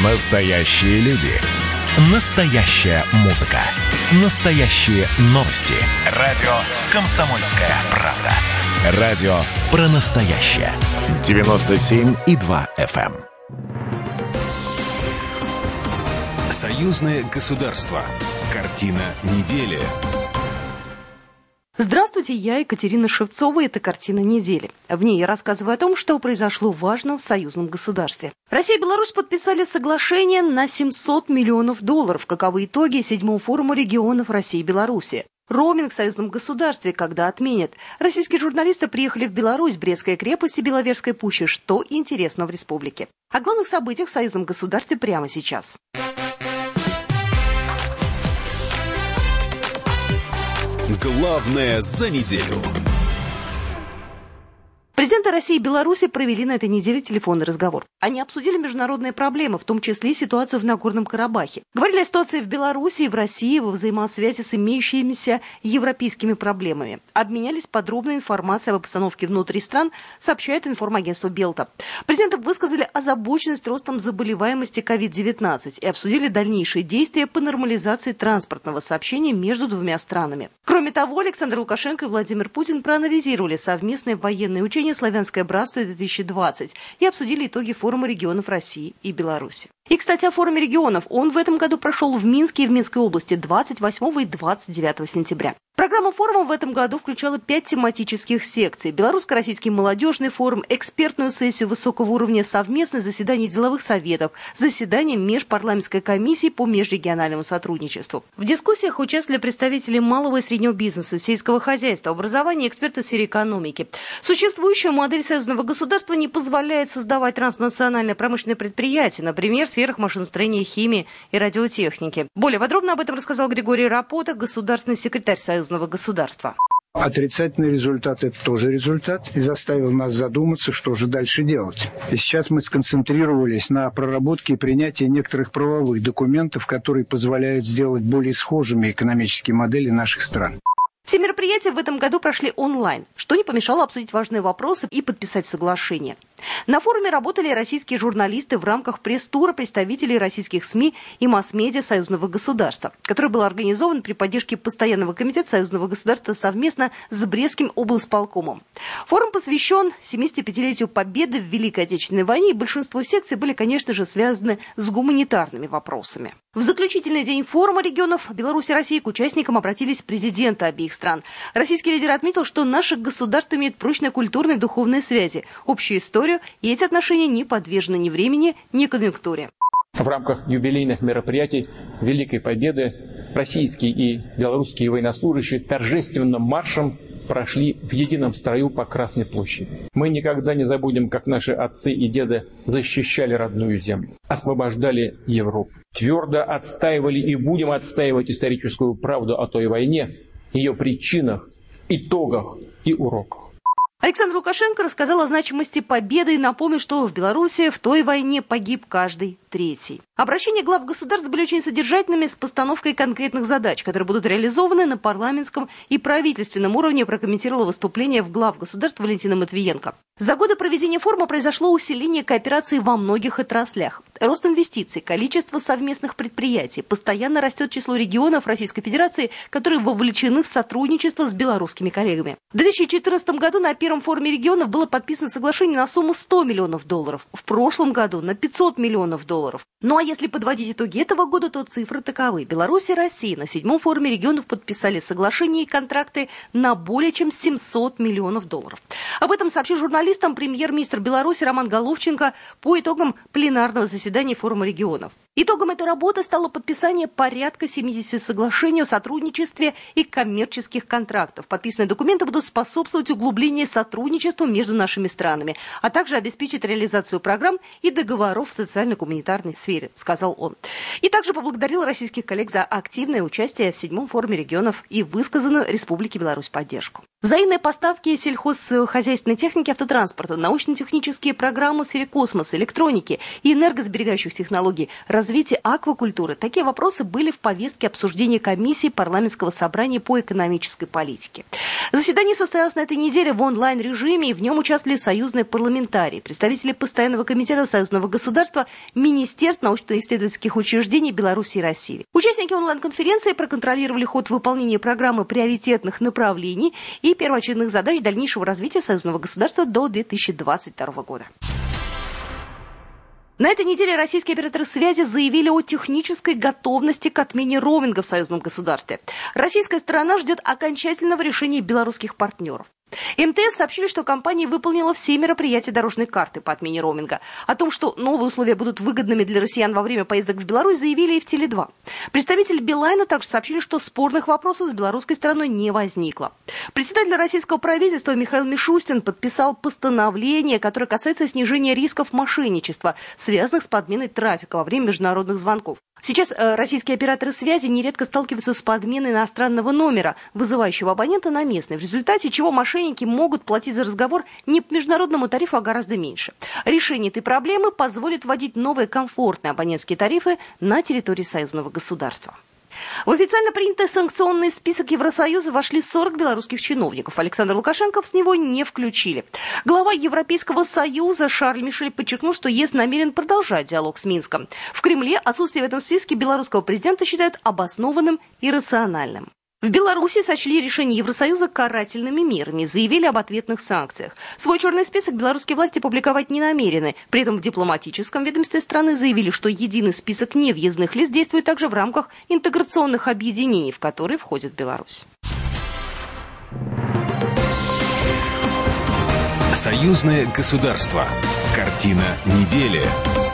Настоящие люди. Настоящая музыка. Настоящие новости. Радио «Комсомольская правда». Радио про настоящее. 97,2 FM. Союзное государство. Картина недели. Здравствуйте, я Екатерина Шевцова, и это «Картина недели». В ней я рассказываю о том, что произошло важно в союзном государстве. Россия и Беларусь подписали соглашение на $700 миллионов. Каковы итоги 7-го форума регионов России и Беларуси? Роуминг в союзном государстве когда отменят? Российские журналисты приехали в Беларусь, Брестская крепость и Беловежская пуща. Что интересно в республике? О главных событиях в союзном государстве прямо сейчас. Главное за неделю. Президенты России и Беларуси провели на этой неделе телефонный разговор. Они обсудили международные проблемы, в том числе и ситуацию в Нагорном Карабахе. Говорили о ситуации в Беларуси и в России во взаимосвязи с имеющимися европейскими проблемами. Обменялись подробной информацией об обстановке внутри стран, сообщает информагентство Белта. Президенты высказали озабоченность ростом заболеваемости COVID-19 и обсудили дальнейшие действия по нормализации транспортного сообщения между двумя странами. Кроме того, Александр Лукашенко и Владимир Путин проанализировали совместные военные учения «Славянское братство-2020» и обсудили итоги форума регионов России и Беларуси. И, кстати, о форуме регионов. Он в этом году прошел в Минске и в Минской области 28 и 29 сентября. Программа форума в этом году включала 5 тематических секций. Белорусско-российский молодежный форум, экспертную сессию высокого уровня, совместное заседание деловых советов, заседание межпарламентской комиссии по межрегиональному сотрудничеству. В дискуссиях участвовали представители малого и среднего бизнеса, сельского хозяйства, образования и эксперты в сфере экономики. Существующая модель союзного государства не позволяет создавать транснациональные промышленные предприятия, например, в сферах машиностроения, химии и радиотехники. Более подробно об этом рассказал Григорий Рапота, государственный секретарь союзного государства. Отрицательный результат – это тоже результат, и заставил нас задуматься, что же дальше делать. И сейчас мы сконцентрировались на проработке и принятии некоторых правовых документов, которые позволяют сделать более схожими экономические модели наших стран. Все мероприятия в этом году прошли онлайн, что не помешало обсудить важные вопросы и подписать соглашение. На форуме работали российские журналисты в рамках пресс-тура представителей российских СМИ и масс-медиа союзного государства, который был организован при поддержке Постоянного комитета союзного государства совместно с Брестским облсполкомом. Форум посвящен 75-летию победы в Великой Отечественной войне, и большинство секций были, конечно же, связаны с гуманитарными вопросами. В заключительный день форума регионов Беларуси и России к участникам обратились президенты обеих стран. Российский лидер отметил, что наши государства имеют прочные культурные и духовные связи, общую историю, и эти отношения не подвержены ни времени, ни конъюнктуре. В рамках юбилейных мероприятий Великой Победы российские и белорусские военнослужащие торжественным маршем прошли в едином строю по Красной площади. Мы никогда не забудем, как наши отцы и деды защищали родную землю, освобождали Европу, твердо отстаивали и будем отстаивать историческую правду о той войне, ее причинах, итогах и уроках. Александр Лукашенко рассказал о значимости победы и напомнил, что в Беларуси в той войне погиб каждый третий. Обращения глав государств были очень содержательными, с постановкой конкретных задач, которые будут реализованы на парламентском и правительственном уровне, прокомментировала выступление в глав государств Валентина Матвиенко. За годы проведения форума произошло усиление кооперации во многих отраслях. Рост инвестиций, количество совместных предприятий. Постоянно растет число регионов Российской Федерации, которые вовлечены в сотрудничество с белорусскими коллегами. В 2014 году на первом форуме регионов было подписано соглашение на сумму $100 миллионов. В прошлом году на $500 миллионов. Ну а если подводить итоги этого года, то цифры таковы. Беларусь и Россия на 7-м форуме регионов подписали соглашения и контракты на более чем $700 миллионов. Об этом сообщил журналистам премьер-министр Беларуси Роман Головченко по итогам пленарного заседания форума регионов. Итогом этой работы стало подписание порядка 70 соглашений о сотрудничестве и коммерческих контрактов. Подписанные документы будут способствовать углублению сотрудничества между нашими странами, а также обеспечить реализацию программ и договоров в социально-гуманитарной сфере, сказал он. И также поблагодарил российских коллег за активное участие в 7-м форуме регионов и высказанную Республике Беларусь поддержку. Взаимные поставки сельхозхозяйственной техники, автотранспорта, научно-технические программы в сфере космоса, электроники и энергосберегающих технологий, развитие аквакультуры. Такие вопросы были в повестке обсуждения комиссии парламентского собрания по экономической политике. Заседание состоялось на этой неделе в онлайн-режиме, и в нем участвовали союзные парламентарии, представители Постоянного комитета союзного государства, министерств, научно-исследовательских учреждений Беларуси и России. Участники онлайн-конференции проконтролировали ход выполнения программы приоритетных направлений и первоочередных задач дальнейшего развития союзного государства до 2022 года. На этой неделе российские операторы связи заявили о технической готовности к отмене роуминга в союзном государстве. Российская сторона ждет окончательного решения белорусских партнеров. МТС сообщили, что компания выполнила все мероприятия дорожной карты по отмене роуминга. О том, что новые условия будут выгодными для россиян во время поездок в Беларусь, заявили и в Теле2. Представители Билайна также сообщили, что спорных вопросов с белорусской стороной не возникло. Председатель российского правительства Михаил Мишустин подписал постановление, которое касается снижения рисков мошенничества, связанных с подменой трафика во время международных звонков. Сейчас российские операторы связи нередко сталкиваются с подменой иностранного номера, вызывающего абонента на местный, в результате чего мошенники могут платить за разговор не по международному тарифу, а гораздо меньше. Решение этой проблемы позволит вводить новые комфортные абонентские тарифы на территории союзного государства. В официально принятый санкционный список Евросоюза вошли 40 белорусских чиновников. Александр Лукашенко с него не включили. Глава Европейского Союза Шарль Мишель подчеркнул, что ЕС намерен продолжать диалог с Минском. В Кремле отсутствие в этом списке белорусского президента считают обоснованным и рациональным. В Беларуси сочли решение Евросоюза карательными мерами, заявили об ответных санкциях. Свой черный список белорусские власти публиковать не намерены. При этом в дипломатическом ведомстве страны заявили, что единый список невъездных лиц действует также в рамках интеграционных объединений, в которые входит Беларусь. Союзное государство. Картина недели.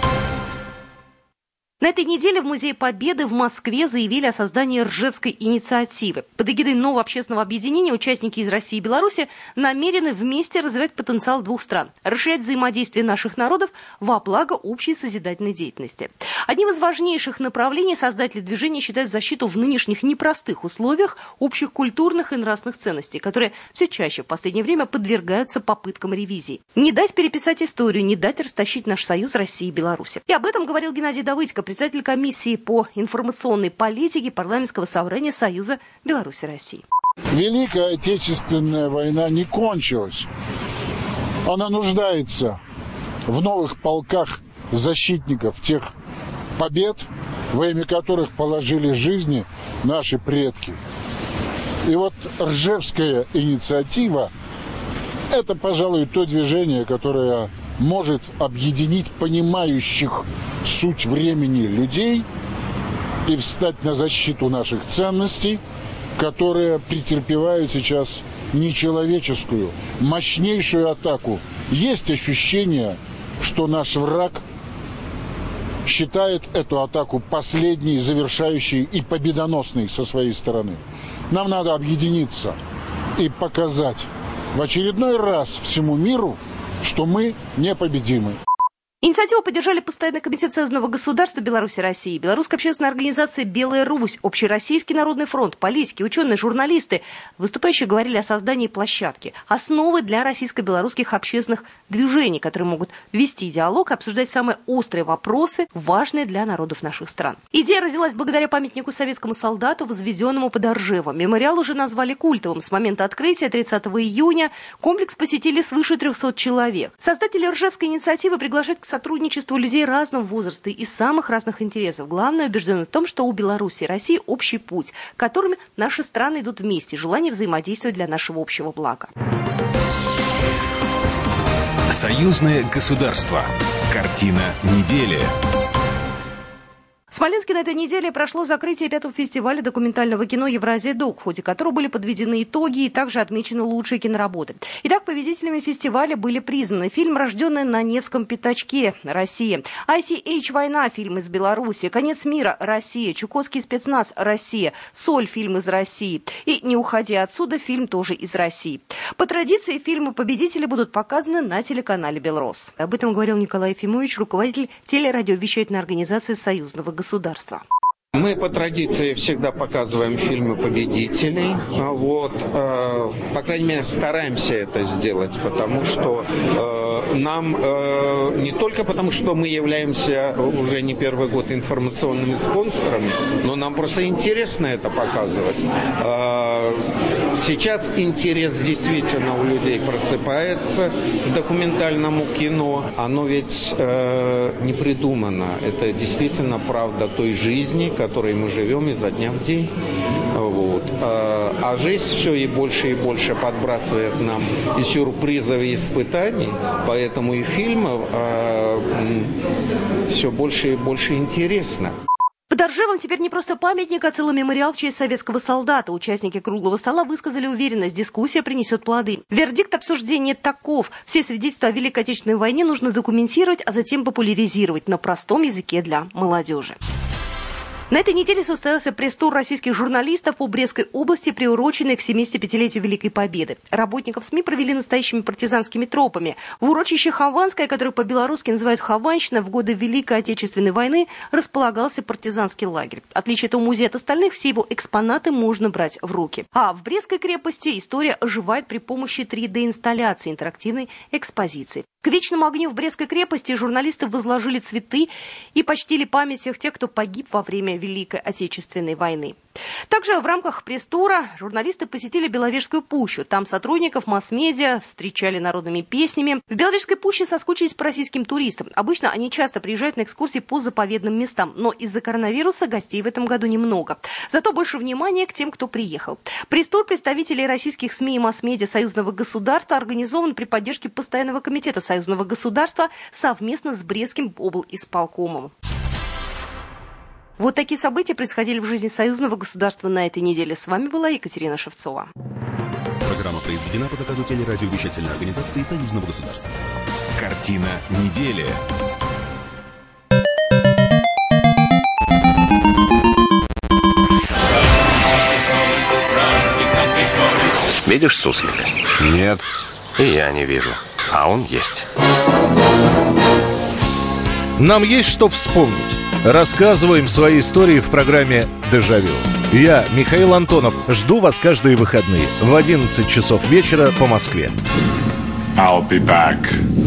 На этой неделе в Музее Победы в Москве заявили о создании Ржевской инициативы. Под эгидой нового общественного объединения участники из России и Беларуси намерены вместе развивать потенциал двух стран, расширять взаимодействие наших народов во благо общей созидательной деятельности. Одним из важнейших направлений создатели движения считают защиту в нынешних непростых условиях общих культурных и нравственных ценностей, которые все чаще в последнее время подвергаются попыткам ревизии. Не дать переписать историю, не дать растащить наш союз России и Беларуси. И об этом говорил Геннадий Давыдько, председатель комиссии по информационной политике парламентского собрания Союза Беларуси и России. Великая Отечественная война не кончилась. Она нуждается в новых полках защитников тех побед, во имя которых положили жизни наши предки. И вот Ржевская инициатива – это, пожалуй, то движение, которое может объединить понимающих суть времени людей и встать на защиту наших ценностей, которые претерпевают сейчас нечеловеческую, мощнейшую атаку. Есть ощущение, что наш враг считает эту атаку последней, завершающей и победоносной со своей стороны. Нам надо объединиться и показать в очередной раз всему миру, что мы непобедимы. Инициативу поддержали Постоянный комитет союзного государства Беларуси и России, Белорусская общественная организация «Белая Русь», Общероссийский народный фронт, политики, ученые, журналисты. Выступающие говорили о создании площадки, основы для российско-белорусских общественных движений, которые могут вести диалог и обсуждать самые острые вопросы, важные для народов наших стран. Идея родилась благодаря памятнику советскому солдату, возведенному под Ржевом. Мемориал уже назвали культовым. С момента открытия 30 июня комплекс посетили свыше 300 человек. Создатели Ржевской инициативы приглашают к сотрудничеству людей разного возраста и самых разных интересов. Главное, убеждены в том, что у Беларуси и России общий путь, которыми наши страны идут вместе, желание взаимодействовать для нашего общего блага. Союзное государство. Картина недели. В Смоленске на этой неделе прошло закрытие 5-го фестиваля документального кино «Евразия-Док», в ходе которого были подведены итоги и также отмечены лучшие киноработы. Итак, победителями фестиваля были признаны фильм «Рожденный на Невском пятачке. Россия», ICH «Война», фильм из Беларуси, «Конец мира», Россия, «Чукотский спецназ», Россия, «Соль», фильм из России и «Не уходи отсюда», фильм тоже из России. По традиции фильмы-победители будут показаны на телеканале «Белрос». Об этом говорил Николай Ефимович, руководитель телерадиовещательной организации Союзного государства. Мы по традиции всегда показываем фильмы победителей. По крайней мере, стараемся это сделать, потому что нам не только потому, что мы являемся уже не первый год информационными спонсорами, но нам просто интересно это показывать. Сейчас интерес действительно у людей просыпается к документальному кино. Оно ведь не придумано. Это действительно правда той жизни, которой мы живем изо дня в день. А жизнь все и больше подбрасывает нам и сюрпризов, и испытаний. Поэтому и фильмов все больше и больше интересно. Под Ржевом теперь не просто памятник, а целый мемориал в честь советского солдата. Участники круглого стола высказали уверенность, дискуссия принесет плоды. Вердикт обсуждения таков. Все свидетельства о Великой Отечественной войне нужно документировать, а затем популяризировать на простом языке для молодежи. На этой неделе состоялся пресс-тур российских журналистов по Брестской области, приуроченный к 75-летию Великой Победы. Работников СМИ провели настоящими партизанскими тропами. В урочище Хованское, которое по-белорусски называют Хованщина, в годы Великой Отечественной войны располагался партизанский лагерь. Отличие этого музея от остальных, все его экспонаты можно брать в руки. А в Брестской крепости история оживает при помощи 3D-инсталляции интерактивной экспозиции. К вечному огню в Брестской крепости журналисты возложили цветы и почтили память всех тех, кто погиб во время Великой Отечественной войны. Также в рамках пресс-тура журналисты посетили Беловежскую пущу. Там сотрудников масс-медиа встречали народными песнями. В Беловежской пуще соскучились по российским туристам. Обычно они часто приезжают на экскурсии по заповедным местам, но из-за коронавируса гостей в этом году немного. Зато больше внимания к тем, кто приехал. Пресс-тур представителей российских СМИ и масс-медиа союзного государства организован при поддержке Постоянного комитета союзного государства совместно с Брестским облисполкомом. Вот такие события происходили в жизни союзного государства на этой неделе. С вами была Екатерина Шевцова. Программа произведена по заказу телерадиовещательной организации союзного государства. Картина недели. Видишь суслика? Нет. И я не вижу. А он есть. Нам есть что вспомнить. Рассказываем свои истории в программе «Дежавю». Я, Михаил Антонов, жду вас каждые выходные в 11 часов вечера по Москве. I'll be back.